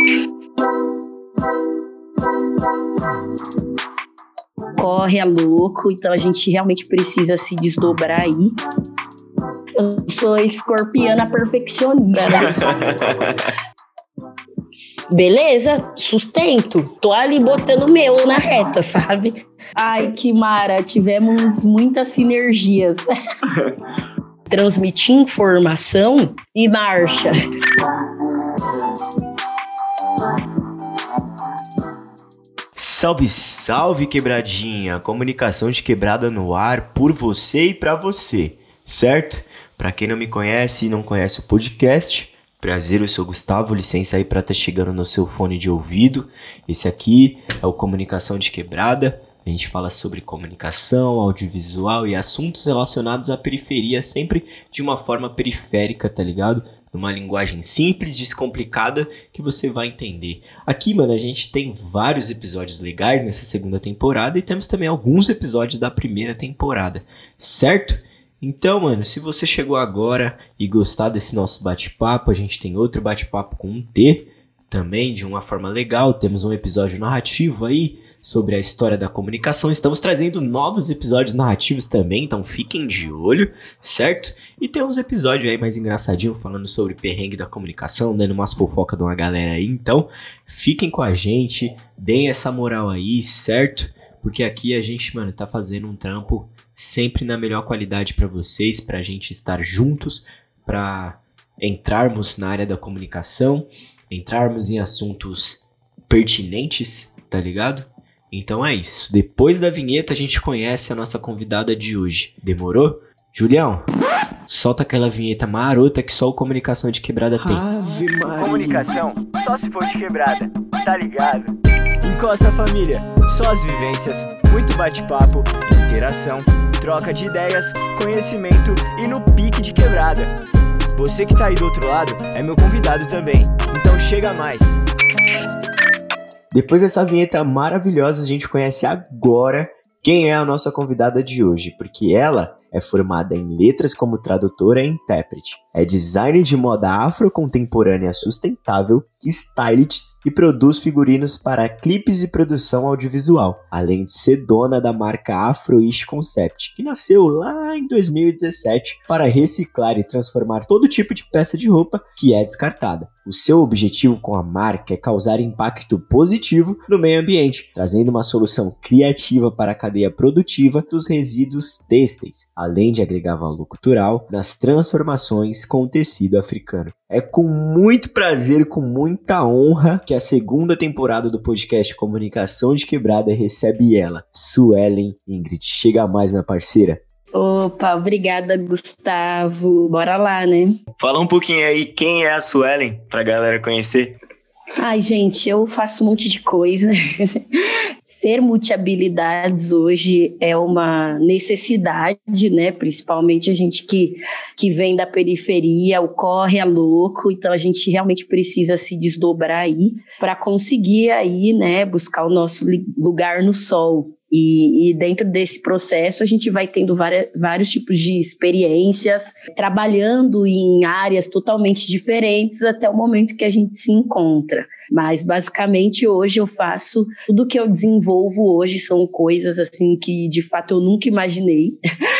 Corre é louco, então a gente realmente precisa se desdobrar aí. Eu sou escorpiana perfeccionista. Beleza, sustento. Tô ali botando o meu na reta, sabe? Ai, que mara, tivemos muitas sinergias. Transmitir informação e marcha. Salve, salve, quebradinha! Comunicação de quebrada no ar por você e pra você, certo? Pra quem não me conhece e não conhece o podcast, prazer, eu sou o Gustavo, licença aí pra estar chegando no seu fone de ouvido. Esse aqui é o Comunicação de Quebrada. A gente fala sobre comunicação, audiovisual e assuntos relacionados à periferia, sempre de uma forma periférica, tá ligado? Numa linguagem simples, descomplicada, que você vai entender. Aqui, mano, a gente tem vários episódios legais nessa segunda temporada e temos também alguns episódios da primeira temporada, certo? Então, mano, se você chegou agora e gostar desse nosso bate-papo, a gente tem outro bate-papo com um T, também de uma forma legal. Temos um episódio narrativo aí sobre a história da comunicação. Estamos trazendo novos episódios narrativos também, então fiquem de olho, certo? E tem uns episódios aí mais engraçadinhos falando sobre perrengue da comunicação, dando umas fofocas de uma galera aí. Então, fiquem com a gente, deem essa moral aí, certo? Porque aqui a gente, mano, tá fazendo um trampo sempre na melhor qualidade pra vocês, pra gente estar juntos, pra entrarmos na área da comunicação, entrarmos em assuntos pertinentes, tá ligado? Então é isso. Depois da vinheta a gente conhece a nossa convidada de hoje. Demorou? Julião, solta aquela vinheta marota que só o Comunicação de Quebrada tem. Ave Maria. Comunicação só se for de quebrada, tá ligado? Encosta, família, só as vivências, muito bate-papo, interação, troca de ideias, conhecimento e no pique de quebrada. Você que tá aí do outro lado é meu convidado também, então chega mais. Depois dessa vinheta maravilhosa, a gente conhece agora quem é a nossa convidada de hoje, porque ela é formada em letras como tradutora e intérprete, é designer de moda afrocontemporânea sustentável, stylist e produz figurinos para clipes e produção audiovisual, além de ser dona da marca Afroish Concept, que nasceu lá em 2017 para reciclar e transformar todo tipo de peça de roupa que é descartada. O seu objetivo com a marca é causar impacto positivo no meio ambiente, trazendo uma solução criativa para a cadeia produtiva dos resíduos têxteis, além de agregar valor cultural nas transformações com o tecido africano. É com muito prazer e com muita honra que a segunda temporada do podcast Comunicação de Quebrada recebe ela, Suelen Ingrid. Chega mais, minha parceira. Opa, obrigada, Gustavo. Bora lá, né? Fala um pouquinho aí, quem é a Suelen, pra galera conhecer? Ai, gente, eu faço um monte de coisa. Ser multi-habilidades hoje é uma necessidade, né? Principalmente a gente que vem da periferia, o corre é louco, então a gente realmente precisa se desdobrar aí para conseguir aí, né, buscar o nosso lugar no sol. E dentro desse processo a gente vai tendo vários tipos de experiências, trabalhando em áreas totalmente diferentes até o momento que a gente se encontra. Mas basicamente hoje eu faço tudo que eu desenvolvo hoje são coisas assim que de fato eu nunca imaginei.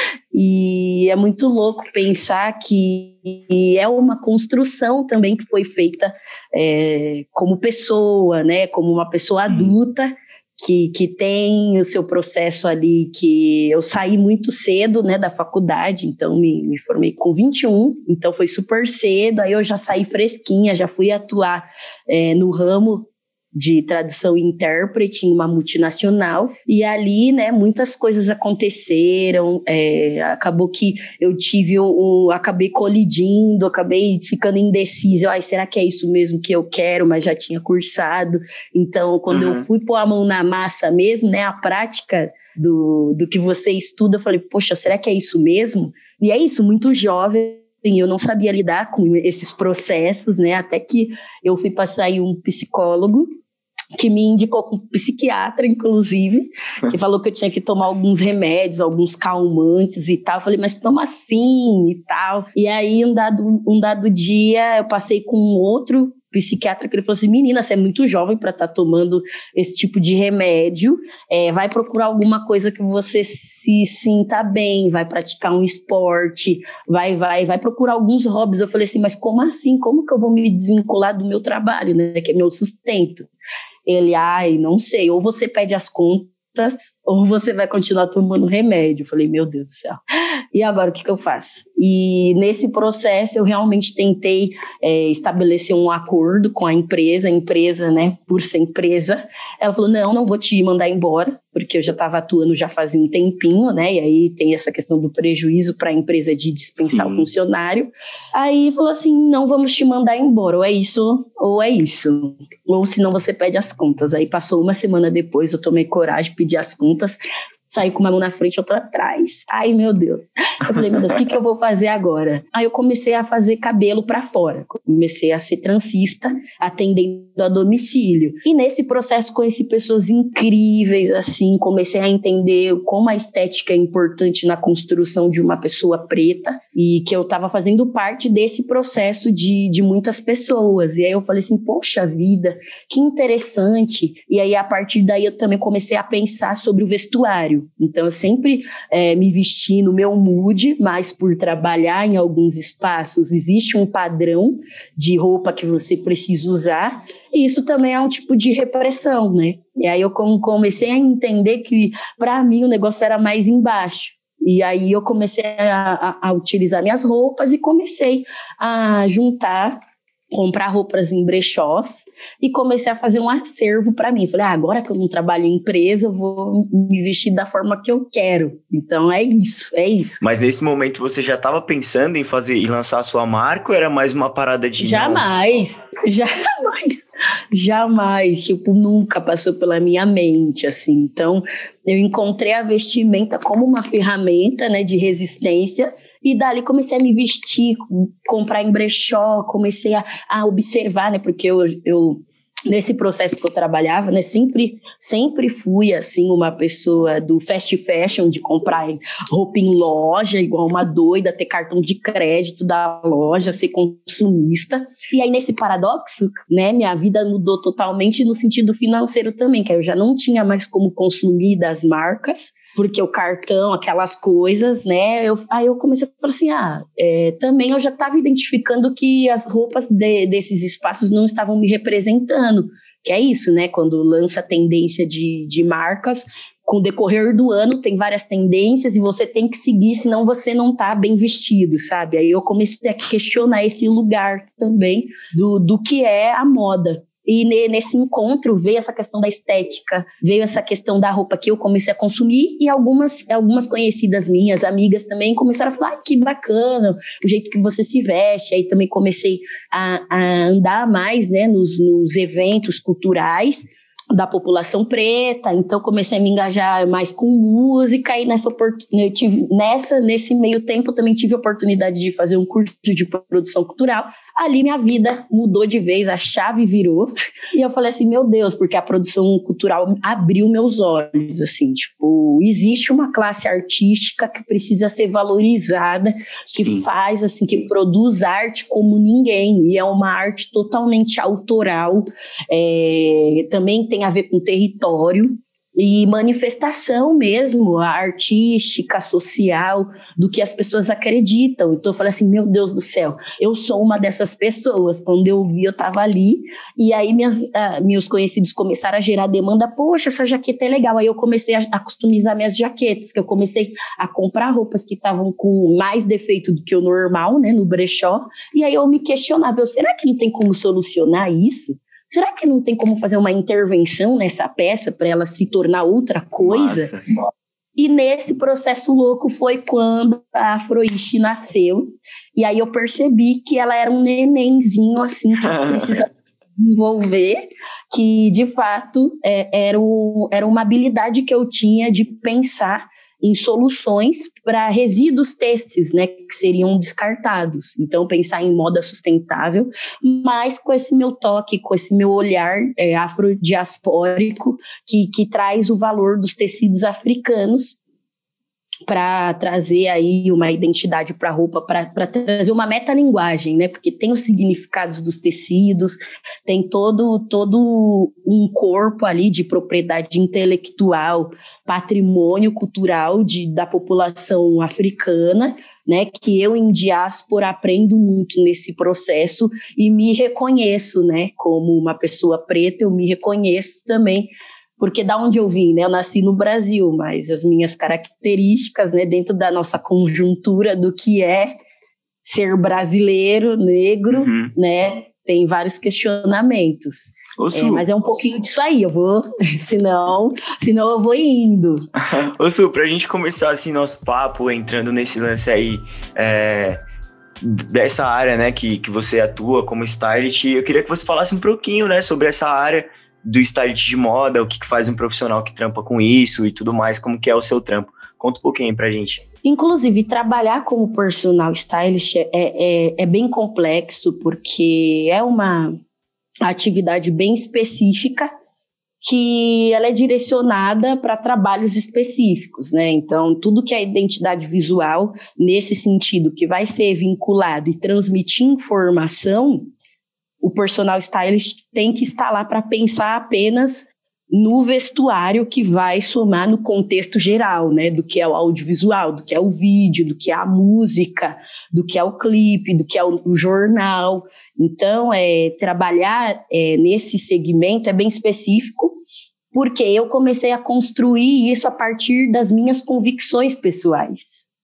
E é muito louco pensar que é uma construção também que foi feita como pessoa, né, como uma pessoa adulta. Que tem o seu processo ali, que eu saí muito cedo, né, da faculdade, então me formei com 21, então foi super cedo, aí eu já saí fresquinha, já fui atuar no ramo de tradução e intérprete em uma multinacional, e ali, né, muitas coisas aconteceram, acabou que eu tive acabei colidindo, acabei ficando indecisa, será que é isso mesmo que eu quero, mas já tinha cursado, então quando eu fui pôr a mão na massa mesmo, né, a prática do que você estuda, eu falei, poxa, será que é isso mesmo? E é isso, muito jovem, eu não sabia lidar com esses processos, né, até que eu fui passar em um psicólogo, que me indicou com um psiquiatra, inclusive, que falou que eu tinha que tomar alguns remédios, alguns calmantes e tal. Eu falei, mas como assim e tal? E aí, um dado dia, eu passei com um outro psiquiatra que ele falou assim, menina, você é muito jovem para estar tomando esse tipo de remédio, vai procurar alguma coisa que você se sinta bem, vai praticar um esporte, vai procurar alguns hobbies. Eu falei assim, mas como assim? Como que eu vou me desvincular do meu trabalho, né, que é meu sustento? Ele, não sei, ou você pede as contas, ou você vai continuar tomando remédio. Eu falei, meu Deus do céu, e agora o que eu faço? E nesse processo eu realmente tentei estabelecer um acordo com a empresa, né, por ser empresa, ela falou, não vou te mandar embora, porque eu já estava atuando já fazia um tempinho, né, e aí tem essa questão do prejuízo para a empresa de dispensar o funcionário. Aí falou assim, não vamos te mandar embora, ou é isso, ou senão você pede as contas. Aí passou uma semana depois, eu tomei coragem, pedi as contas, saí com uma mão na frente e outra atrás. Ai, meu Deus. Eu falei, meu Deus, o que eu vou fazer agora? Aí eu comecei a fazer cabelo para fora. Comecei a ser transista, atendendo a domicílio. E nesse processo conheci pessoas incríveis, assim, comecei a entender como a estética é importante na construção de uma pessoa preta e que eu estava fazendo parte desse processo de muitas pessoas. E aí eu falei assim, poxa vida, que interessante. E aí, a partir daí, eu também comecei a pensar sobre o vestuário. Então, eu sempre me vesti no meu mood, mas por trabalhar em alguns espaços, existe um padrão de roupa que você precisa usar, e isso também é um tipo de repressão, né? E aí eu comecei a entender que, para mim, o negócio era mais embaixo. E aí eu comecei a utilizar minhas roupas e comecei a comprar roupas em brechós e comecei a fazer um acervo para mim. Falei, agora que eu não trabalho em empresa, eu vou me vestir da forma que eu quero. Então é isso. Mas nesse momento você já estava pensando em fazer e lançar a sua marca ou era mais uma parada de Jamais, tipo, nunca passou pela minha mente, assim. Então, eu encontrei a vestimenta como uma ferramenta, né, de resistência. E dali comecei a me vestir, comprar em brechó, comecei a observar, né? Porque eu nesse processo que eu trabalhava, né? Sempre fui, assim, uma pessoa do fast fashion, de comprar roupa em loja, igual uma doida, ter cartão de crédito da loja, ser consumista. E aí, nesse paradoxo, né? Minha vida mudou totalmente no sentido financeiro também, que aí eu já não tinha mais como consumir das marcas, porque o cartão, aquelas coisas, né? Aí eu comecei a falar assim, também eu já estava identificando que as roupas desses espaços não estavam me representando, que é isso, né? Quando lança a tendência de marcas, com o decorrer do ano tem várias tendências e você tem que seguir, senão você não está bem vestido, sabe? Aí eu comecei a questionar esse lugar também do que é a moda. E nesse encontro veio essa questão da estética, veio essa questão da roupa que eu comecei a consumir, e algumas conhecidas minhas, amigas também, começaram a falar, que bacana o jeito que você se veste. Aí também comecei a andar mais, né, nos eventos culturais da população preta, então comecei a me engajar mais com música, e nesse meio tempo também tive a oportunidade de fazer um curso de produção cultural. Ali minha vida mudou de vez, a chave virou, e eu falei assim, meu Deus, porque a produção cultural abriu meus olhos, assim, tipo, existe uma classe artística que precisa ser valorizada, que faz, assim, que produz arte como ninguém, e é uma arte totalmente autoral, também tem a ver com território e manifestação mesmo, artística, social, do que as pessoas acreditam. Então eu falei assim, meu Deus do céu, eu sou uma dessas pessoas. Quando eu vi, eu estava ali, e aí meus conhecidos começaram a gerar demanda, poxa, essa jaqueta é legal. Aí eu comecei a customizar minhas jaquetas, que eu comecei a comprar roupas que estavam com mais defeito do que o normal, né, no brechó, e aí eu me questionava, será que não tem como solucionar isso? Será que não tem como fazer uma intervenção nessa peça para ela se tornar outra coisa? Massa. E nesse processo louco foi quando a Afroishi nasceu. E aí eu percebi que ela era um nenenzinho, assim, que precisa desenvolver, que de fato era uma habilidade que eu tinha de pensar em soluções para resíduos têxteis, né, que seriam descartados. Então, pensar em moda sustentável, mas com esse meu toque, com esse meu olhar afrodiaspórico, que traz o valor dos tecidos africanos para trazer aí uma identidade para a roupa, para trazer uma metalinguagem, né? Porque tem os significados dos tecidos, tem todo um corpo ali de propriedade intelectual, patrimônio cultural da população africana, né? Que eu, em diáspora, aprendo muito nesse processo e me reconheço, né? Como uma pessoa preta, eu me reconheço também, porque da onde eu vim, né? Eu nasci no Brasil, mas as minhas características, né, dentro da nossa conjuntura do que é ser brasileiro, negro, né, tem vários questionamentos. Mas é um pouquinho disso aí, senão eu vou indo. Ô Su, pra gente começar assim nosso papo, entrando nesse lance aí, dessa área, né, que você atua como stylist, eu queria que você falasse um pouquinho, né, sobre essa área do stylist de moda, o que faz um profissional que trampa com isso e tudo mais, como que é o seu trampo. Conta um pouquinho pra gente. Inclusive, trabalhar como personal stylist é bem complexo, porque é uma atividade bem específica que ela é direcionada para trabalhos específicos, né? Então, tudo que é identidade visual, nesse sentido, que vai ser vinculado e transmitir informação, o personal stylist tem que estar lá para pensar apenas no vestuário que vai somar no contexto geral, né? Do que é o audiovisual, do que é o vídeo, do que é a música, do que é o clipe, do que é o jornal. Então, trabalhar nesse segmento é bem específico, porque eu comecei a construir isso a partir das minhas convicções pessoais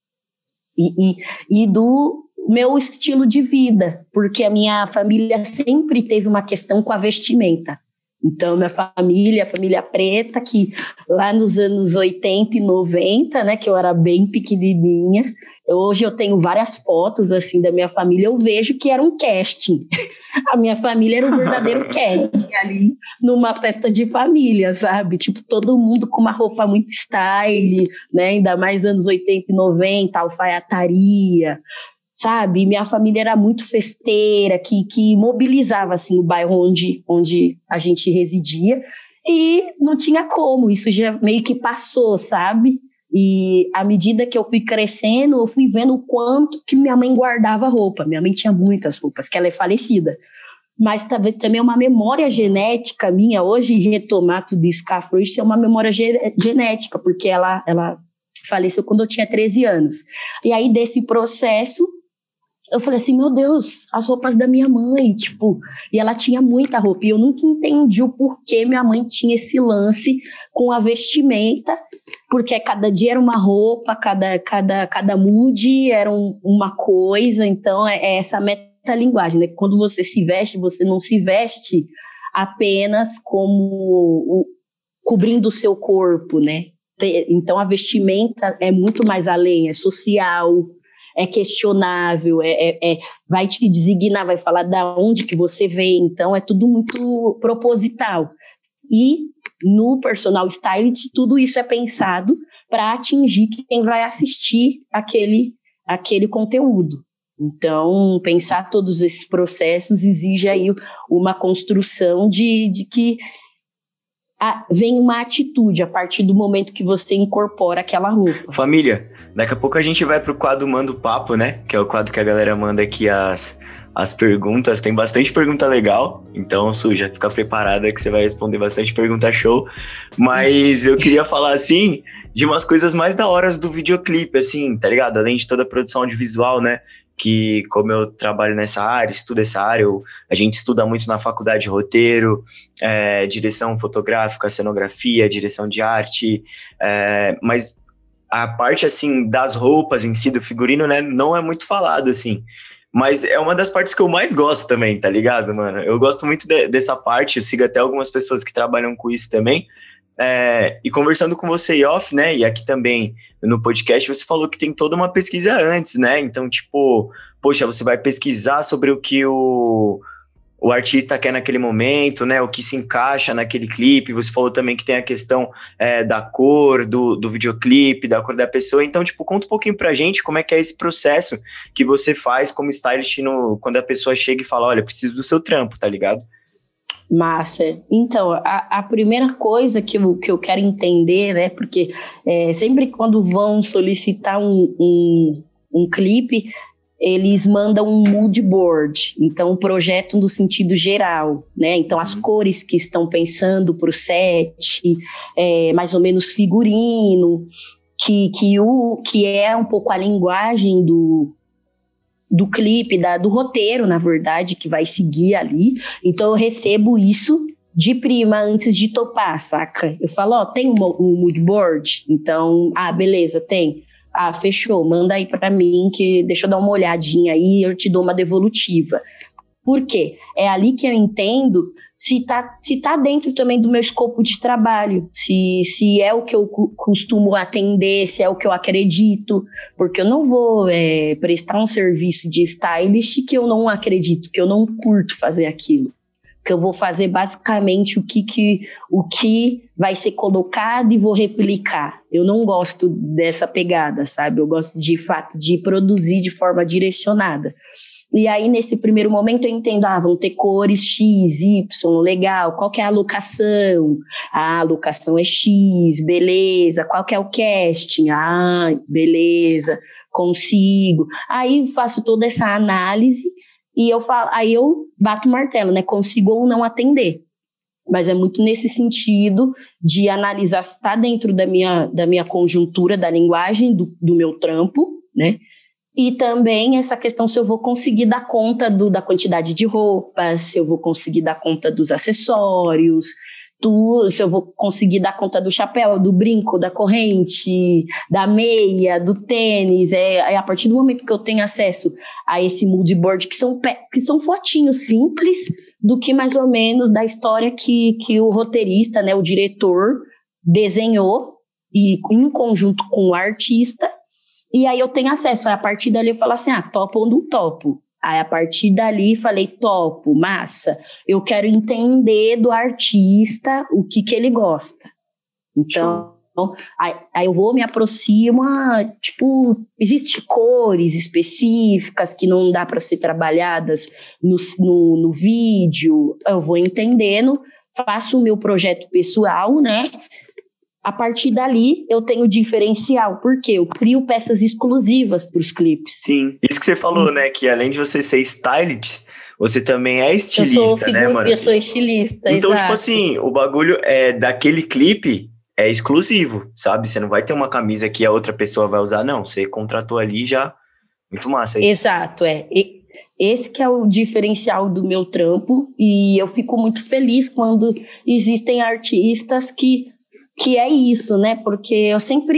e do meu estilo de vida, porque a minha família sempre teve uma questão com a vestimenta. Então, minha família, a família preta, que lá nos anos 80 e 90, né, que eu era bem pequenininha, hoje eu tenho várias fotos, assim, da minha família, eu vejo que era um casting. A minha família era um verdadeiro casting ali, numa festa de família, sabe? Tipo, todo mundo com uma roupa muito style, né, ainda mais anos 80 e 90, alfaiataria, sabe? Minha família era muito festeira, que mobilizava, assim, o bairro onde a gente residia, e não tinha como, isso já meio que passou, sabe? E à medida que eu fui crescendo, eu fui vendo o quanto que minha mãe guardava roupa. Minha mãe tinha muitas roupas, que ela é falecida. Mas também é uma memória genética minha, hoje retomar tudo isso, isso é uma memória genética, porque ela faleceu quando eu tinha 13 anos. E aí, desse processo, eu falei assim, meu Deus, as roupas da minha mãe, tipo, e ela tinha muita roupa, e eu nunca entendi o porquê minha mãe tinha esse lance com a vestimenta, porque cada dia era uma roupa, cada mood era uma coisa, então é essa metalinguagem, né? Quando você se veste, você não se veste apenas como cobrindo o seu corpo, né? Então a vestimenta é muito mais além, é social, é questionável, vai te designar, vai falar da onde que você vem, então é tudo muito proposital. E no personal stylist, tudo isso é pensado para atingir quem vai assistir aquele conteúdo. Então, pensar todos esses processos exige aí uma construção de que vem uma atitude a partir do momento que você incorpora aquela roupa. Família, daqui a pouco a gente vai pro quadro Manda o Papo, né? Que é o quadro que a galera manda aqui as perguntas. Tem bastante pergunta legal, então, Su, já fica preparada que você vai responder bastante pergunta show. Mas eu queria falar, assim, de umas coisas mais da hora do videoclipe, assim, tá ligado? Além de toda a produção audiovisual, né? Que, como eu trabalho nessa área, estudo essa área, a gente estuda muito na faculdade de roteiro, direção fotográfica, cenografia, direção de arte, mas a parte, assim, das roupas em si, do figurino, né, não é muito falado, assim, mas é uma das partes que eu mais gosto também, tá ligado, mano? Eu gosto muito dessa parte, eu sigo até algumas pessoas que trabalham com isso também. E conversando com você off, né, e aqui também no podcast, você falou que tem toda uma pesquisa antes, né, então, tipo, poxa, você vai pesquisar sobre o que o artista quer naquele momento, né, o que se encaixa naquele clipe, você falou também que tem a questão da cor, do videoclipe, da cor da pessoa, então, tipo, conta um pouquinho pra gente como é que é esse processo que você faz como stylist quando a pessoa chega e fala, olha, preciso do seu trampo, tá ligado? Massa. Então, a primeira coisa que eu quero entender, né? Porque sempre quando vão solicitar um clipe, eles mandam um mood board, então um projeto no sentido geral, né? Então as cores que estão pensando para o set, mais ou menos figurino, que é um pouco a linguagem do clipe, do roteiro, na verdade, que vai seguir ali. Então eu recebo isso de prima antes de topar, saca? Eu falo, tem um mood board? Então, beleza, tem. Fechou, manda aí pra mim, que deixa eu dar uma olhadinha aí, eu te dou uma devolutiva. Por quê? É ali que eu entendo se tá dentro também do meu escopo de trabalho, se é o que eu costumo atender, se é o que eu acredito, porque eu não vou prestar um serviço de stylist que eu não acredito, que eu não curto fazer aquilo. Que eu vou fazer basicamente o que vai ser colocado e vou replicar. Eu não gosto dessa pegada, sabe? Eu gosto de fato de produzir de forma direcionada. E aí, nesse primeiro momento, eu entendo, vão ter cores X, Y, legal, qual que é a alocação? A alocação é X, beleza, qual que é o casting? Beleza, consigo. Aí faço toda essa análise e aí eu bato o martelo, né? Consigo ou não atender. Mas é muito nesse sentido de analisar se está dentro da minha conjuntura, da linguagem do meu trampo, né? E também essa questão se eu vou conseguir dar conta da quantidade de roupas, se eu vou conseguir dar conta dos acessórios, se eu vou conseguir dar conta do chapéu, do brinco, da corrente, da meia, do tênis. A partir do momento que eu tenho acesso a esse mood board, que são fotinhos simples do que mais ou menos da história que o roteirista, né, o diretor, desenhou e em conjunto com o artista. E aí eu tenho acesso. Aí a partir dali eu falo assim, topo ou não topo. Aí a partir dali falei, topo, massa. Eu quero entender do artista o que ele gosta. Então, aí eu vou, me aproximo, existem cores específicas que não dá para ser trabalhadas no vídeo. Eu vou entendendo, faço o meu projeto pessoal, né? A partir dali, eu tenho diferencial, porque eu crio peças exclusivas para os clipes. Sim, isso que você falou, né? Que além de você ser stylist, você também é estilista, né, mano? Eu sou estilista, então, exato. Tipo assim, o bagulho daquele clipe é exclusivo, sabe? Você não vai ter uma camisa que a outra pessoa vai usar, não. Você contratou ali já, muito massa isso. Exato, Esse que é o diferencial do meu trampo, e eu fico muito feliz quando existem artistas que é isso, né? Porque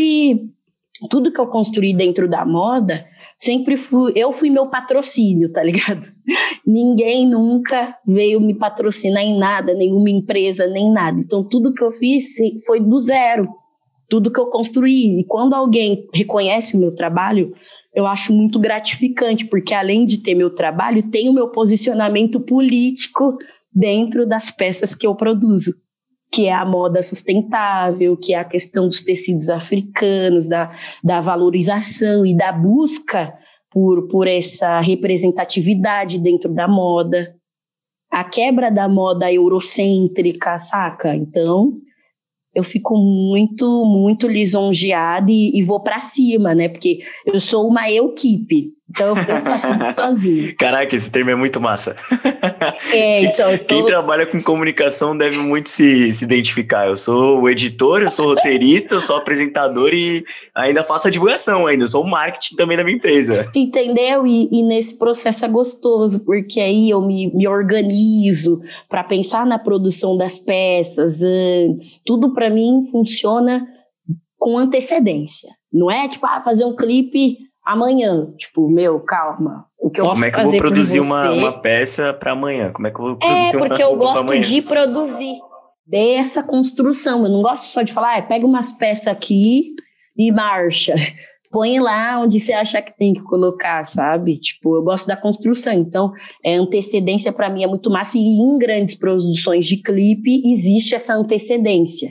tudo que eu construí dentro da moda, eu fui meu patrocínio, tá ligado? Ninguém nunca veio me patrocinar em nada, nenhuma empresa, nem nada. Então, tudo que eu fiz foi do zero, tudo que eu construí. E quando alguém reconhece o meu trabalho, eu acho muito gratificante, porque além de ter meu trabalho, tem o meu posicionamento político dentro das peças que eu produzo, que é a moda sustentável, que é a questão dos tecidos africanos, da valorização e da busca por essa representatividade dentro da moda, a quebra da moda eurocêntrica, saca? Então, eu fico muito, muito lisonjeada e vou pra cima, né? Porque eu sou uma equipe, então eu faço tudo sozinha. Caraca, esse termo é muito massa. Então, Quem trabalha com comunicação deve muito se identificar. Eu sou o editor, eu sou roteirista, eu sou apresentador e ainda faço a divulgação ainda. Eu sou o marketing também da minha empresa. Entendeu? E nesse processo é gostoso, porque aí eu me organizo para pensar na produção das peças antes. Tudo para mim funciona com antecedência. Não é fazer um clipe amanhã. Calma. O que eu Como é que eu vou produzir uma peça para amanhã? Como é que eu vou produzir uma roupa para amanhã? Porque eu gosto de produzir dessa construção. Eu não gosto só de falar, pega umas peças aqui e marcha. Põe lá onde você acha que tem que colocar, sabe? Eu gosto da construção. Então, antecedência para mim é muito massa. E em grandes produções de clipe existe essa antecedência.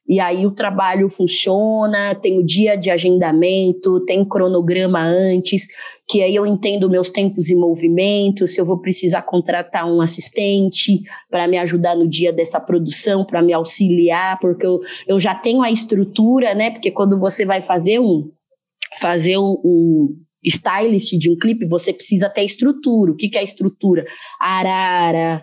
E aí o trabalho funciona, tem o dia de agendamento, tem cronograma antes, que aí eu entendo meus tempos e movimentos, se eu vou precisar contratar um assistente para me ajudar no dia dessa produção, para me auxiliar, porque eu já tenho a estrutura, né? Porque quando você vai fazer um stylist de um clipe, você precisa ter estrutura. O que é estrutura? Arara,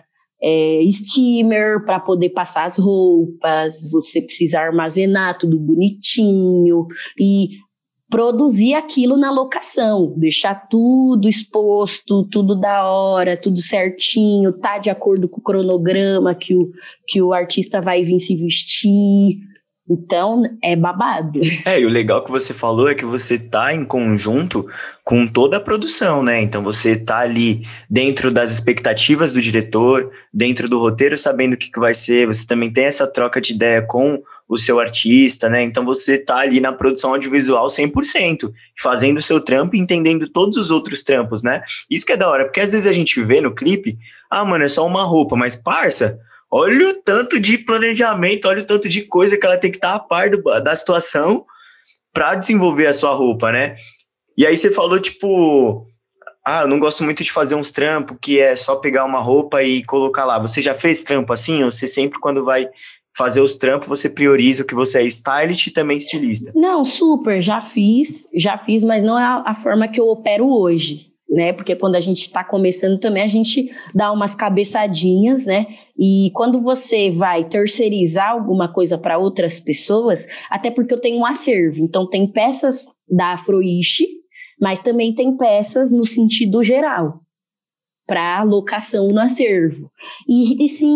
steamer para poder passar as roupas, você precisa armazenar tudo bonitinho e produzir aquilo na locação, deixar tudo exposto, tudo da hora, tudo certinho, tá de acordo com o cronograma que o artista vai vir se vestir. Então, é babado. E o legal que você falou é que você tá em conjunto com toda a produção, né? Então, você tá ali dentro das expectativas do diretor, dentro do roteiro, sabendo o que vai ser. Você também tem essa troca de ideia com o seu artista, né? Então, você tá ali na produção audiovisual 100%, fazendo o seu trampo e entendendo todos os outros trampos, né? Isso que é da hora, porque às vezes a gente vê no clipe, mano, é só uma roupa, mas parça... Olha o tanto de planejamento, olha o tanto de coisa que ela tem que estar a par da situação para desenvolver a sua roupa, né? E aí você falou, tipo, eu não gosto muito de fazer uns trampos que é só pegar uma roupa e colocar lá. Você já fez trampo assim? Ou você sempre, quando vai fazer os trampos, você prioriza o que você é stylist e também estilista? Não, super, já fiz, mas não é a forma que eu opero hoje. Né? Porque quando a gente está começando também, a gente dá umas cabeçadinhas, né? E quando você vai terceirizar alguma coisa para outras pessoas, até porque eu tenho um acervo, então tem peças da Afroishi, mas também tem peças no sentido geral, para locação no acervo. E sim,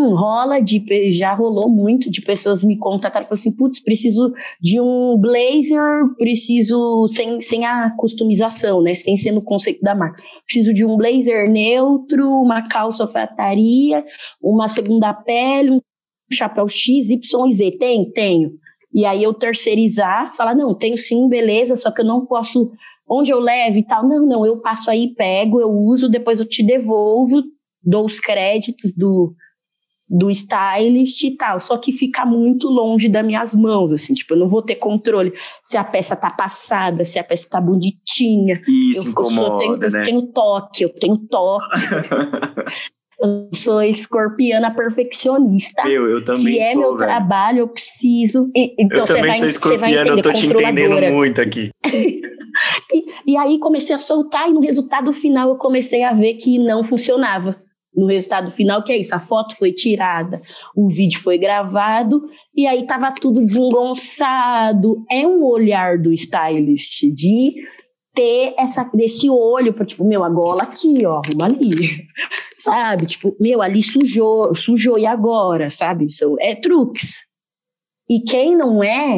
já rolou muito de pessoas me contatarem e falaram assim, putz, preciso de um blazer, preciso, sem a customização, né, sem ser no conceito da marca, preciso de um blazer neutro, uma calça alfaiataria, uma segunda pele, um chapéu X, Y e Z. Tenho. E aí eu terceirizar, falar, não, tenho sim, beleza, só que eu não posso... Onde eu levo e tal, não, eu passo aí, pego, eu uso, depois eu te devolvo, dou os créditos do stylist e tal, só que fica muito longe das minhas mãos, assim, tipo, eu não vou ter controle se a peça tá passada, se a peça tá bonitinha. Isso incomoda, né? Eu tenho toque. Eu sou escorpiana perfeccionista. Eu também sou, se é meu trabalho, eu preciso... Então, eu também sou escorpiana, eu tô te entendendo muito aqui. E aí comecei a soltar e no resultado final eu comecei a ver que não funcionava. No resultado final, que é isso, a foto foi tirada, o vídeo foi gravado e aí tava tudo desengonçado. É um olhar do stylist de ter desse olho para tipo, a gola aqui, ó, arruma ali, sabe? Tipo, ali sujou e agora, sabe? É truques. E quem não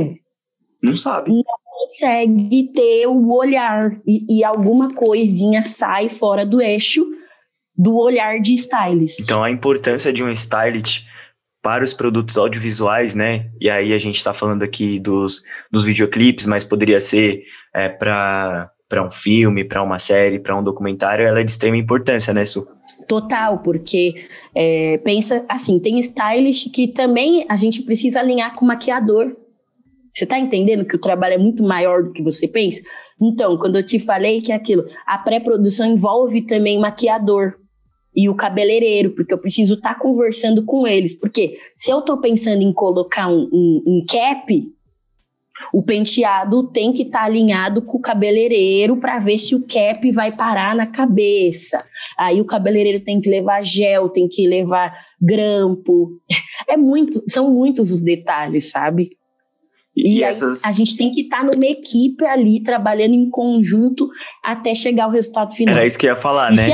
não sabe. Não consegue ter o olhar e alguma coisinha sai fora do eixo do olhar de stylist. Então a importância de um stylist para os produtos audiovisuais, né? E aí a gente está falando aqui dos videoclipes, mas poderia ser para um filme, para uma série, para um documentário, ela é de extrema importância, né, Su? Total, porque pensa assim, tem stylist que também a gente precisa alinhar com o maquiador. Você tá entendendo que o trabalho é muito maior do que você pensa? Então, quando eu te falei que a pré-produção envolve também maquiador e o cabeleireiro, porque eu preciso estar conversando com eles. Porque se eu tô pensando em colocar um cap, o penteado tem que estar alinhado com o cabeleireiro para ver se o cap vai parar na cabeça. Aí o cabeleireiro tem que levar gel, tem que levar grampo. São muitos os detalhes, sabe? E a gente tem que estar numa equipe ali, trabalhando em conjunto até chegar ao resultado final. Era isso que eu ia falar, né?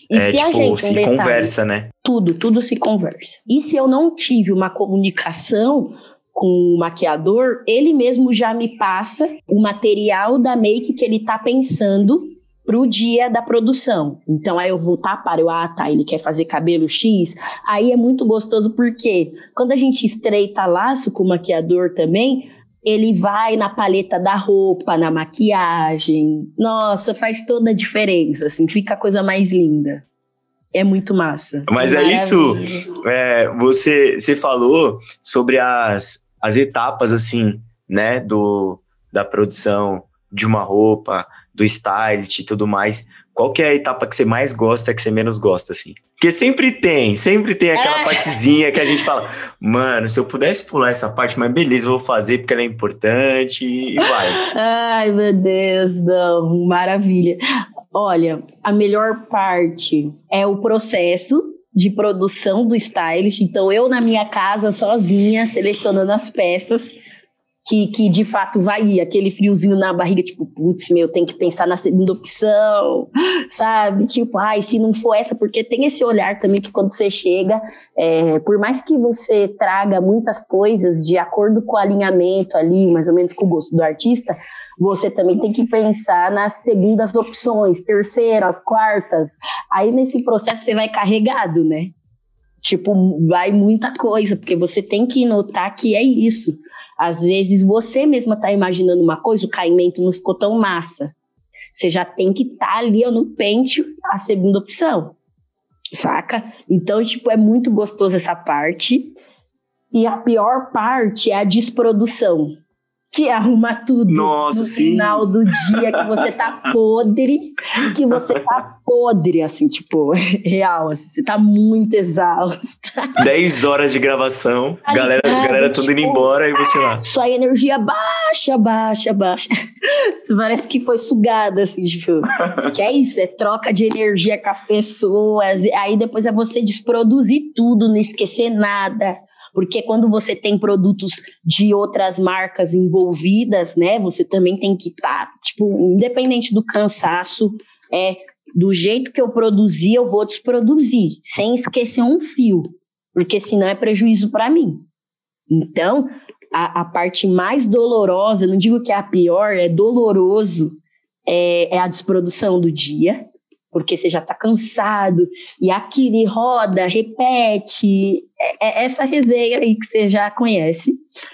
Se detalhe, conversa, né? Tudo se conversa. E se eu não tive uma comunicação com o maquiador, ele mesmo já me passa o material da make que ele tá pensando pro dia da produção. Então, aí eu vou ele quer fazer cabelo X, aí é muito gostoso, porque quando a gente estreita laço com o maquiador também, ele vai na paleta da roupa, na maquiagem. Nossa, faz toda a diferença, assim, fica a coisa mais linda. É muito massa. Mas é isso, você falou sobre as etapas, assim, né, da produção de uma roupa, do styling e tudo mais, qual que é a etapa que você mais gosta, que você menos gosta, assim? Porque sempre tem aquela partezinha que a gente fala, mano, se eu pudesse pular essa parte, mas beleza, eu vou fazer porque ela é importante e vai. Ai, meu Deus, não, maravilha. Olha, a melhor parte é o processo de produção do stylist. Então, eu na minha casa, sozinha, selecionando as peças que de fato vai ir. Aquele friozinho na barriga, tipo, putz, tem que pensar na segunda opção, sabe? Tipo, ai, se não for essa, porque tem esse olhar também que quando você chega, por mais que você traga muitas coisas de acordo com o alinhamento ali, mais ou menos com o gosto do artista, você também tem que pensar nas segundas opções, terceiras, quartas. Aí nesse processo você vai carregado, né? Tipo, vai muita coisa, porque você tem que notar que é isso. Às vezes você mesma está imaginando uma coisa, o caimento não ficou tão massa. Você já tem que estar ali no pente a segunda opção, saca? Então, tipo, é muito gostoso essa parte. E a pior parte é a desprodução, que é arrumar tudo. Nossa, no sim. Final do dia, que você tá podre, assim, tipo, real, assim, você tá muito exausta. 10 horas de gravação, galera tudo indo embora e você lá. Sua energia baixa. Parece que foi sugada, assim, tipo, que é isso, é troca de energia com as pessoas, aí depois é você desproduzir tudo, não esquecer nada. Porque quando você tem produtos de outras marcas envolvidas, né, você também tem que estar, tipo, independente do cansaço, do jeito que eu produzi, eu vou desproduzir, sem esquecer um fio, porque senão é prejuízo para mim. Então, a parte mais dolorosa, não digo que é a pior, é doloroso, é a desprodução do dia, porque você já está cansado, e aquilo roda, repete, essa resenha aí que você já conhece,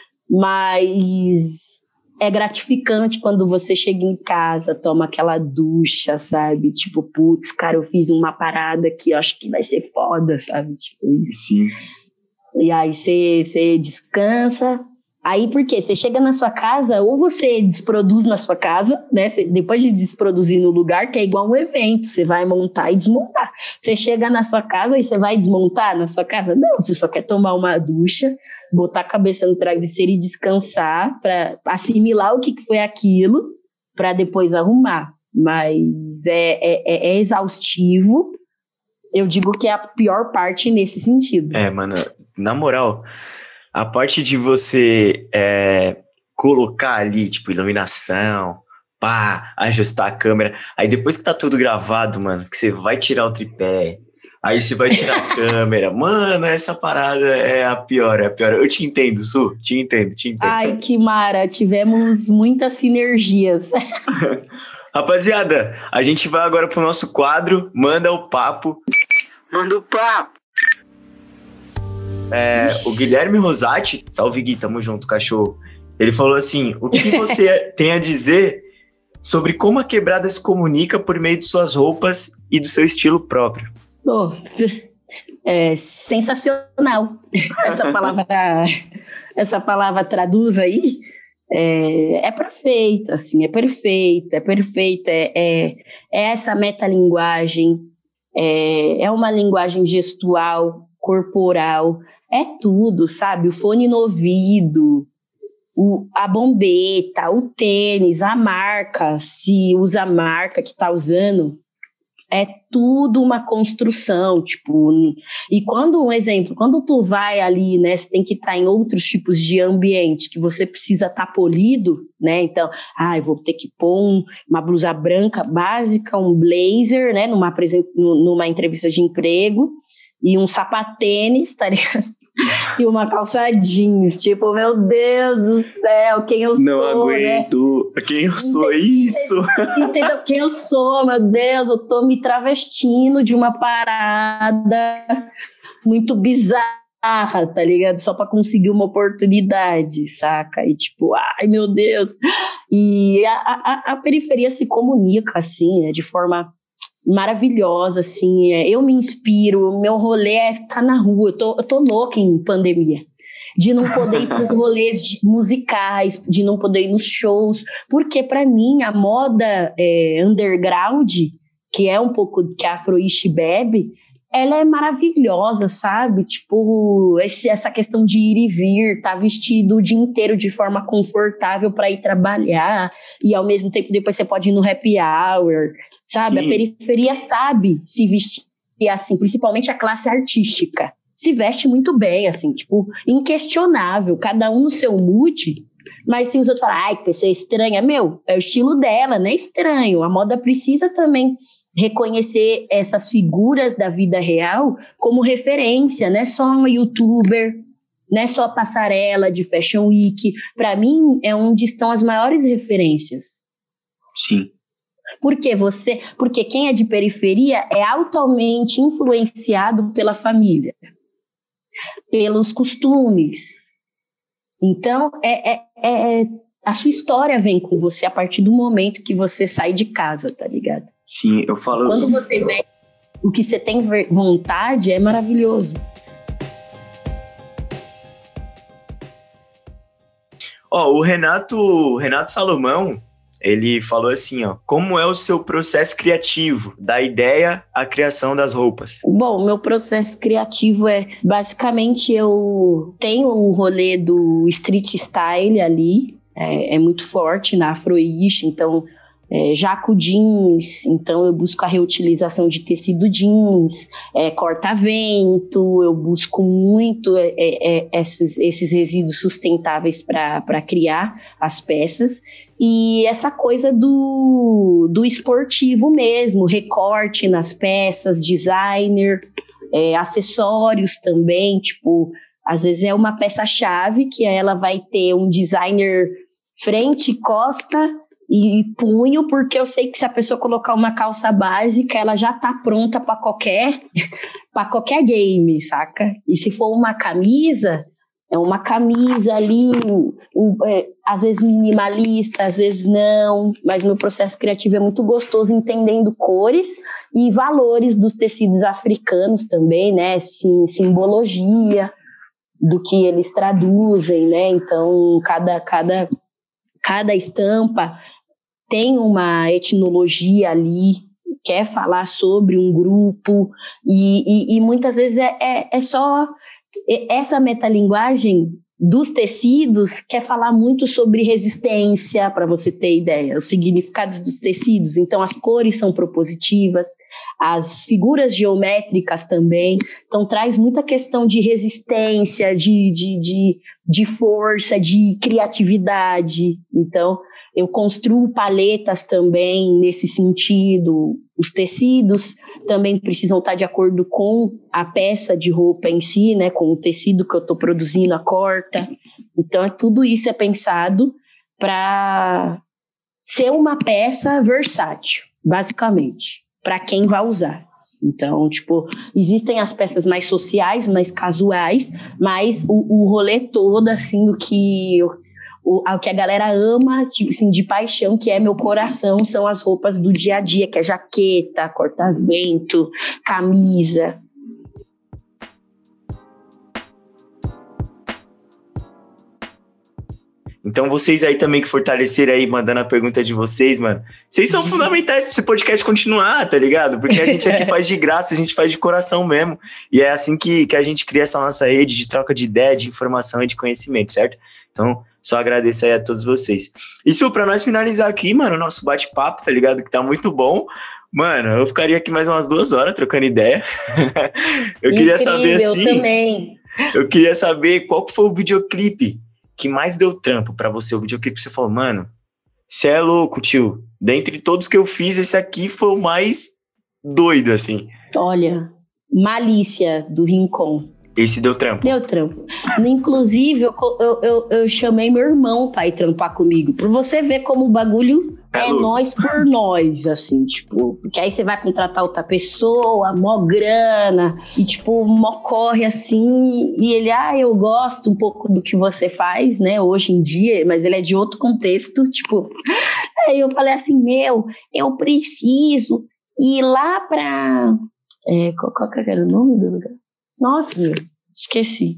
mas é gratificante quando você chega em casa, toma aquela ducha, sabe, tipo, putz, cara, eu fiz uma parada que eu acho que vai ser foda, sabe, tipo isso. Sim. E aí você descansa. Aí, por quê? Você chega na sua casa, ou você desproduz na sua casa, né? Depois de desproduzir no lugar, que é igual um evento, você vai montar e desmontar. Você chega na sua casa e você vai desmontar na sua casa? Não, você só quer tomar uma ducha, botar a cabeça no travesseiro e descansar, para assimilar o que foi aquilo, para depois arrumar. Mas é exaustivo. Eu digo que é a pior parte nesse sentido. Mano, na moral, a parte de você colocar ali, tipo, iluminação, ajustar a câmera, aí depois que tá tudo gravado, mano, que você vai tirar o tripé, aí você vai tirar a câmera, mano, essa parada é a pior. Eu te entendo, Su, te entendo. Ai, que mara, tivemos muitas sinergias. Rapaziada, a gente vai agora pro nosso quadro, Manda o Papo. Manda o papo! O Guilherme Rosati, salve Gui, tamo junto, cachorro. Ele falou assim, o que você tem a dizer sobre como a quebrada se comunica por meio de suas roupas e do seu estilo próprio? Sensacional. Essa palavra traduz aí. É perfeito, assim, é perfeito. É essa metalinguagem, é uma linguagem gestual, corporal, é tudo, sabe? O fone no ouvido, a bombeta, o tênis, a marca, se usa a marca que está usando, é tudo uma construção, tipo, e um exemplo, quando tu vai ali, né, você tem que estar em outros tipos de ambiente, que você precisa estar polido, né, então, eu vou ter que pôr uma blusa branca básica, um blazer, né, numa entrevista de emprego, e um sapatênis, tá ligado? E uma calça jeans, tipo, meu Deus do céu, quem eu sou, não aguento, né? Quem eu sou, isso? Entendeu? Quem eu sou, meu Deus, eu tô me travestindo de uma parada muito bizarra, tá ligado? Só pra conseguir uma oportunidade, saca? E tipo, ai meu Deus. E a periferia se comunica, assim, né, de forma maravilhosa, assim, eu me inspiro, meu rolê é estar na rua, eu tô louca em pandemia. de não poder ir para os rolês musicais, de não poder ir nos shows, porque para mim a moda underground, que é um pouco que a Afroish bebe, ela é maravilhosa, sabe? Tipo, essa questão de ir e vir, tá vestido o dia inteiro de forma confortável para ir trabalhar, e ao mesmo tempo depois você pode ir no happy hour, sabe? Sim. A periferia sabe se vestir assim, principalmente a classe artística. Se veste muito bem, assim, tipo, inquestionável, cada um no seu mood, mas se os outros falam, ai, que pessoa estranha, é o estilo dela, não é estranho. A moda precisa também reconhecer essas figuras da vida real como referência, não é só uma youtuber, não é só a passarela de Fashion Week. Para mim, é onde estão as maiores referências. Sim. Porque quem é de periferia é altamente influenciado pela família, pelos costumes. Então, a sua história vem com você a partir do momento que você sai de casa, tá ligado? Sim, eu falo... Quando você vê o que você tem vontade, é maravilhoso. O Renato Salomão, ele falou assim, como é o seu processo criativo, da ideia à criação das roupas? Bom, meu processo criativo basicamente, eu tenho o rolê do street style ali, é muito forte na Afroish, então jaco jeans, então eu busco a reutilização de tecido jeans, corta-vento, eu busco muito esses resíduos sustentáveis para criar as peças. E essa coisa do esportivo mesmo, recorte nas peças, designer, acessórios também, tipo, às vezes é uma peça-chave que ela vai ter um designer frente, costa e punho, porque eu sei que se a pessoa colocar uma calça básica, ela já tá pronta para qualquer game, saca? E se for uma camisa, é uma camisa ali, às vezes minimalista, às vezes não, mas meu processo criativo é muito gostoso, entendendo cores e valores dos tecidos africanos também, né? Simbologia do que eles traduzem, né? Então, cada estampa tem uma etnologia ali, quer falar sobre um grupo, e muitas vezes é só essa metalinguagem dos tecidos quer falar muito sobre resistência, para você ter ideia, os significados dos tecidos. Então, as cores são propositivas, as figuras geométricas também. Então, traz muita questão de resistência, de força, de criatividade. Então, eu construo paletas também nesse sentido. Os tecidos também precisam estar de acordo com a peça de roupa em si, né? Com o tecido que eu estou produzindo, a corta. Então, tudo isso é pensado para ser uma peça versátil, basicamente, para quem vai usar. Então, tipo, existem as peças mais sociais, mais casuais, mas o rolê todo, assim, o que a galera ama, tipo, assim, de paixão, que é meu coração, são as roupas do dia a dia, que é jaqueta, corta-vento, camisa. Então vocês aí também que fortaleceram aí, mandando a pergunta de vocês, mano, vocês são fundamentais pra esse podcast continuar, tá ligado? Porque a gente aqui faz de graça, a gente faz de coração mesmo, e é assim que a gente cria essa nossa rede de troca de ideia, de informação e de conhecimento, certo? Então, só agradeço aí a todos vocês. Isso pra nós finalizar aqui, mano, o nosso bate-papo, tá ligado? Que tá muito bom. Mano, eu ficaria aqui mais umas 2 horas trocando ideia. Eu queria saber assim... Eu também. Eu queria saber qual foi o videoclipe que mais deu trampo pra você, o videoclipe que você falou, mano, você é louco, tio. Dentre todos que eu fiz, esse aqui foi o mais doido, assim. Olha, Malícia, do Rincon. Esse deu trampo. Deu trampo. Inclusive, eu chamei meu irmão pra ir trampar comigo, pra você ver como o bagulho é nós por nós, assim, tipo, porque aí você vai contratar outra pessoa, mó grana, e tipo, mó corre assim, e ele, eu gosto um pouco do que você faz, né, hoje em dia, mas ele é de outro contexto, tipo, aí eu falei assim, eu preciso ir lá pra, qual que era o nome do lugar? Nossa, esqueci.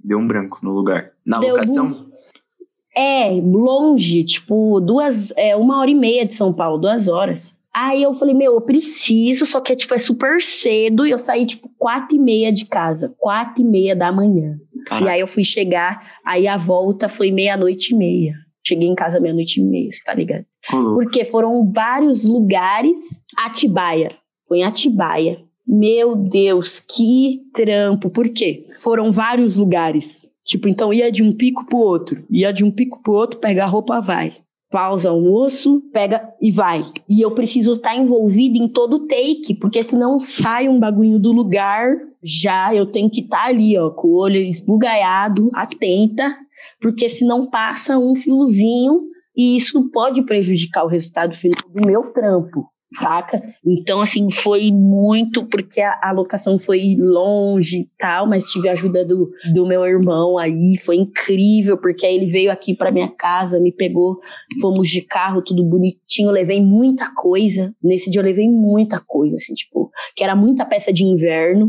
Deu um branco no lugar. Na locação? Longe, tipo, 1h30 de São Paulo, 2 horas. Aí eu falei, eu preciso, só que é super cedo, e eu saí, 4h30 de casa, 4h30 da manhã. Caraca. E aí eu fui chegar, aí a volta foi 00:30. Cheguei em casa 00:30, você tá ligado? Porque foram vários lugares. Atibaia, foi em Atibaia. Meu Deus, que trampo. Por quê? Foram vários lugares. Então ia de um pico pro outro. Pega a roupa, vai. Pausa almoço, pega e vai. E eu preciso estar envolvida em todo o take, porque senão sai um bagulho do lugar, já eu tenho que estar ali, ó, com o olho esbugalhado, atenta, porque senão passa um fiozinho e isso pode prejudicar o resultado final do meu trampo, saca? Então, assim, foi muito, porque a locação foi longe e tal, mas tive a ajuda do meu irmão aí, foi incrível, porque aí ele veio aqui pra minha casa, me pegou, fomos de carro, tudo bonitinho, levei muita coisa, nesse dia eu levei muita coisa, assim, que era muita peça de inverno,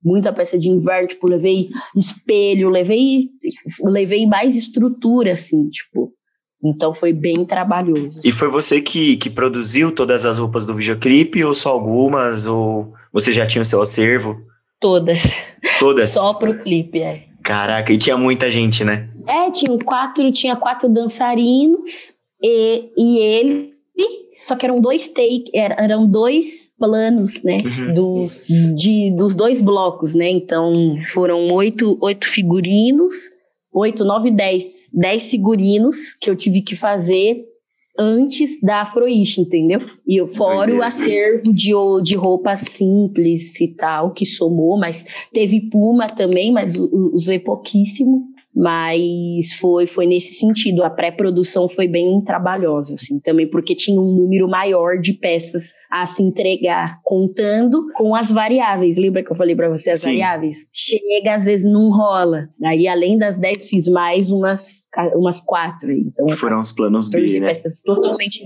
levei espelho, levei mais estrutura, assim, então foi bem trabalhoso. E foi você que produziu todas as roupas do videoclipe, ou só algumas, ou você já tinha o seu acervo? Todas? Só pro clipe, Caraca, e tinha muita gente, né? Tinha 4 dançarinos e ele, só que eram 2 eram 2 planos, né? Uhum. Dos 2 blocos, né? Então foram 8 figurinos, 8, 9, 10 figurinos que eu tive que fazer antes da Afroish, entendeu? E fora o acervo de roupas simples e tal, que somou, mas teve Puma também, mas usei pouquíssimo. Mas foi nesse sentido, a pré-produção foi bem trabalhosa, assim, também porque tinha um número maior de peças a se entregar, contando com as variáveis. Lembra que eu falei pra você as Sim. variáveis? Chega, às vezes não rola. Aí, além das 10, fiz mais umas 4. Então, foram os planos B, né? Peças totalmente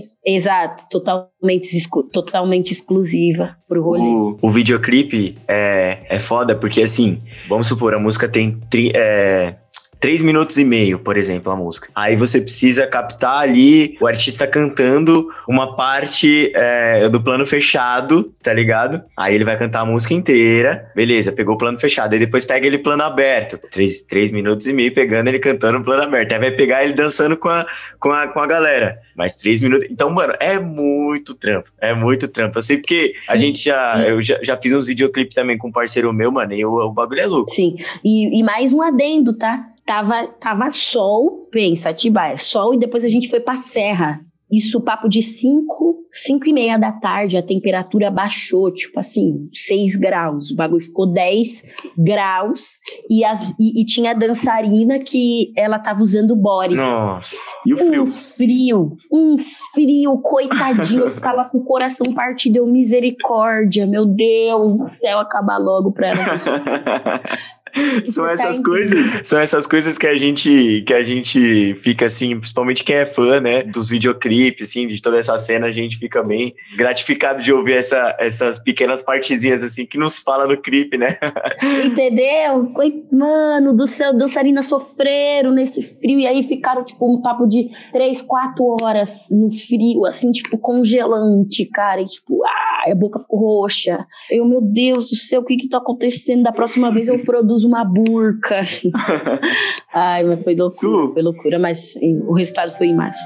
exclusiva pro rolê. O videoclipe é foda, porque assim, vamos supor, a música tem 3 minutos e meio, por exemplo, a música. Aí você precisa captar ali o artista cantando uma parte do plano fechado, tá ligado? Aí ele vai cantar a música inteira, beleza, pegou o plano fechado. Aí depois pega ele plano aberto, 3 minutos e meio pegando ele cantando no plano aberto. Aí vai pegar ele dançando com a galera. Mais 3 minutos. Então, mano, é muito trampo. Eu sei porque eu já fiz uns videoclipes também com um parceiro meu, mano, e o bagulho é louco. Sim, e mais um adendo, tá? Tava sol, pensa, Atibaia, sol, e depois a gente foi pra Serra. Isso, papo de 5h30 da tarde, a temperatura baixou, 6 graus. O bagulho ficou 10 graus e tinha a dançarina que ela tava usando body. Nossa, e o frio? Um frio, coitadinho. Eu ficava com o coração partido, misericórdia, meu Deus do céu, acabar logo pra ela. São essas coisas que a gente fica assim, principalmente quem é fã, né, dos videoclipes, assim, de toda essa cena, a gente fica bem gratificado de ouvir essas pequenas partezinhas, assim, que não se fala no clipe, né? Entendeu? Mano do céu, dançarinas sofreram nesse frio, e aí ficaram, um papo de 3, 4 horas no frio, assim, congelante, cara, e a boca ficou roxa. Meu Deus do céu, o que tá acontecendo? Da próxima vez eu produzo uma burca. Ai, mas foi loucura, mas o resultado foi massa.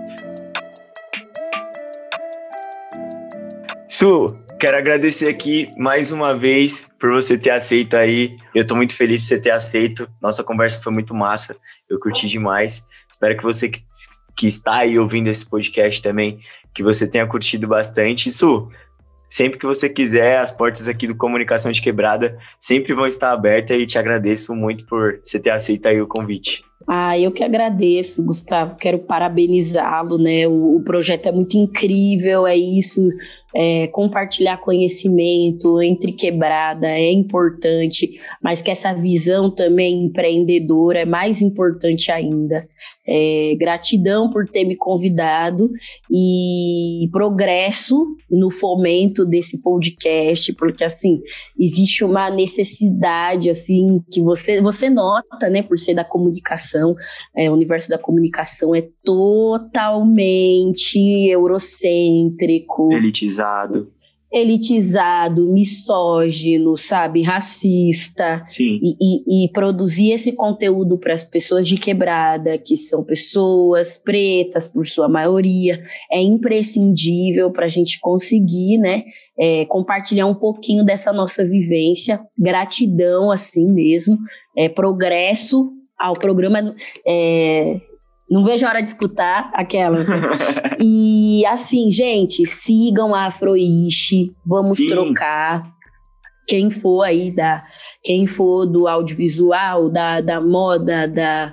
Su, quero agradecer aqui mais uma vez por você ter aceito aí. Eu tô muito feliz por você ter aceito. Nossa conversa foi muito massa, eu curti demais. Espero que você que está aí ouvindo esse podcast também, que você tenha curtido bastante. Su, sempre que você quiser, as portas aqui do Comunicação de Quebrada sempre vão estar abertas, e te agradeço muito por você ter aceito aí o convite. Eu que agradeço, Gustavo. Quero parabenizá-lo, né? O projeto é muito incrível, é isso. compartilhar conhecimento entre quebrada é importante, mas que essa visão também empreendedora é mais importante ainda. Gratidão por ter me convidado e progresso no fomento desse podcast, porque assim, existe uma necessidade assim, que você nota, né, por ser da comunicação, o universo da comunicação é totalmente eurocêntrico, elitizado, misógino, sabe, racista. Sim. E produzir esse conteúdo para as pessoas de quebrada, que são pessoas pretas, por sua maioria, é imprescindível para a gente conseguir, né, compartilhar um pouquinho dessa nossa vivência. Gratidão, assim mesmo, progresso ao programa. Não vejo a hora de escutar aquelas. E assim, gente, sigam a Afroishi, vamos Sim. trocar. Quem for aí, quem for do audiovisual, da moda, da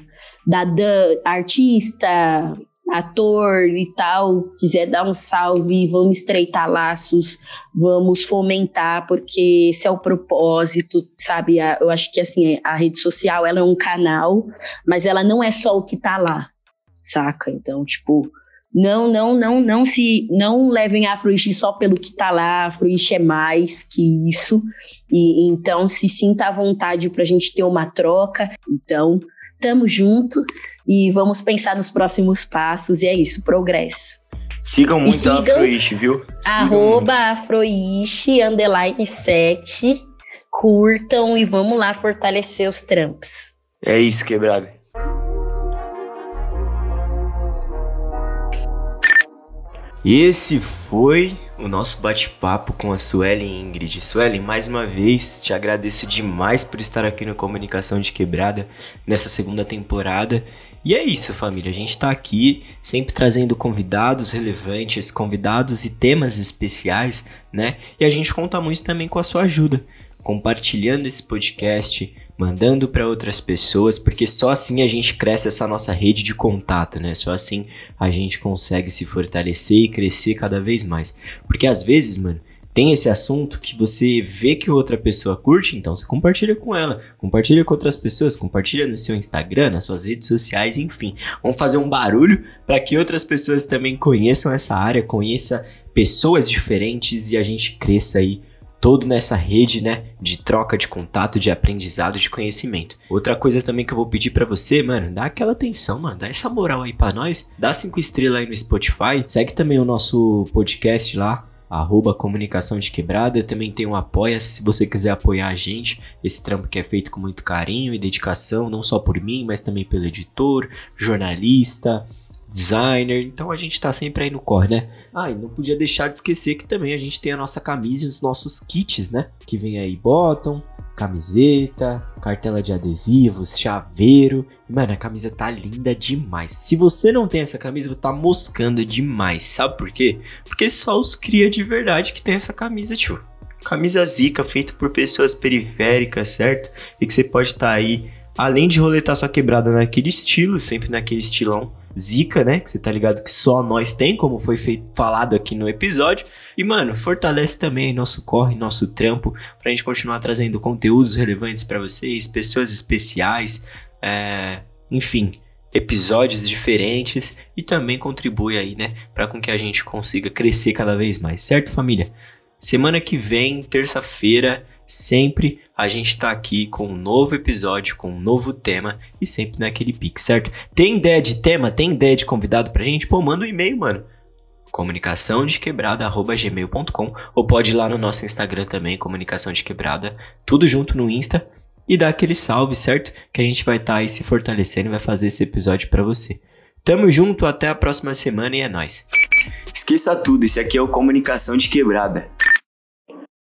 artista, ator e tal, quiser dar um salve, vamos estreitar laços, vamos fomentar, porque esse é o propósito, sabe? Eu acho que assim, a rede social, ela é um canal, mas ela não é só o que tá lá. Saca? Então, tipo, não levem a Afroishi só pelo que tá lá. A Afroishi é mais que isso. E então se sinta à vontade pra gente ter uma troca. Então, tamo junto e vamos pensar nos próximos passos. E é isso, progresso. Sigam muito a Afroishi, viu? @Afroishi _7. Curtam e vamos lá fortalecer os trampos. É isso, quebrada. E esse foi o nosso bate-papo com a Suelen Ingrid. Suelen, mais uma vez, te agradeço demais por estar aqui no Comunicação de Quebrada nessa segunda temporada. E é isso, família. A gente tá aqui sempre trazendo convidados relevantes, convidados e temas especiais, né? E a gente conta muito também com a sua ajuda, compartilhando esse podcast, mandando para outras pessoas, porque só assim a gente cresce essa nossa rede de contato, né? Só assim a gente consegue se fortalecer e crescer cada vez mais. Porque às vezes, mano, tem esse assunto que você vê que outra pessoa curte, então você compartilha com ela, compartilha com outras pessoas, compartilha no seu Instagram, nas suas redes sociais, enfim. Vamos fazer um barulho para que outras pessoas também conheçam essa área, conheçam pessoas diferentes e a gente cresça aí todo nessa rede, né, de troca de contato, de aprendizado, de conhecimento. Outra coisa também que eu vou pedir pra você, mano, dá aquela atenção, mano, dá essa moral aí pra nós, dá 5 estrelas aí no Spotify, segue também o nosso podcast lá, @Comunicação de Quebrada, também tem um Apoia-se se você quiser apoiar a gente, esse trampo que é feito com muito carinho e dedicação, não só por mim, mas também pelo editor, jornalista, designer, então a gente tá sempre aí no corre, né? E não podia deixar de esquecer que também a gente tem a nossa camisa e os nossos kits, né? Que vem aí bottom, camiseta, cartela de adesivos, chaveiro. Mano, a camisa tá linda demais. Se você não tem essa camisa, você tá moscando demais. Sabe por quê? Porque só os cria de verdade que tem essa camisa, tio. Camisa zica, feita por pessoas periféricas, certo? E que você pode estar aí, além de roletar sua quebrada naquele estilo, sempre naquele estilão zica, né? Que você tá ligado que só nós tem, como foi falado aqui no episódio. E, mano, fortalece também nosso corre, nosso trampo, pra gente continuar trazendo conteúdos relevantes pra vocês, pessoas especiais, enfim, episódios diferentes. E também contribui aí, né? Pra com que a gente consiga crescer cada vez mais, certo, família? Semana que vem, terça-feira, sempre a gente tá aqui com um novo episódio, com um novo tema e sempre naquele pique, certo? Tem ideia de tema? Tem ideia de convidado pra gente? Pô, manda um e-mail, mano. comunicaçãodequebrada@gmail.com ou pode ir lá no nosso Instagram também, Comunicação de Quebrada, tudo junto no Insta e dá aquele salve, certo? Que a gente vai estar aí se fortalecendo e vai fazer esse episódio pra você. Tamo junto, até a próxima semana e é nóis. Esqueça tudo, esse aqui é o Comunicação de Quebrada.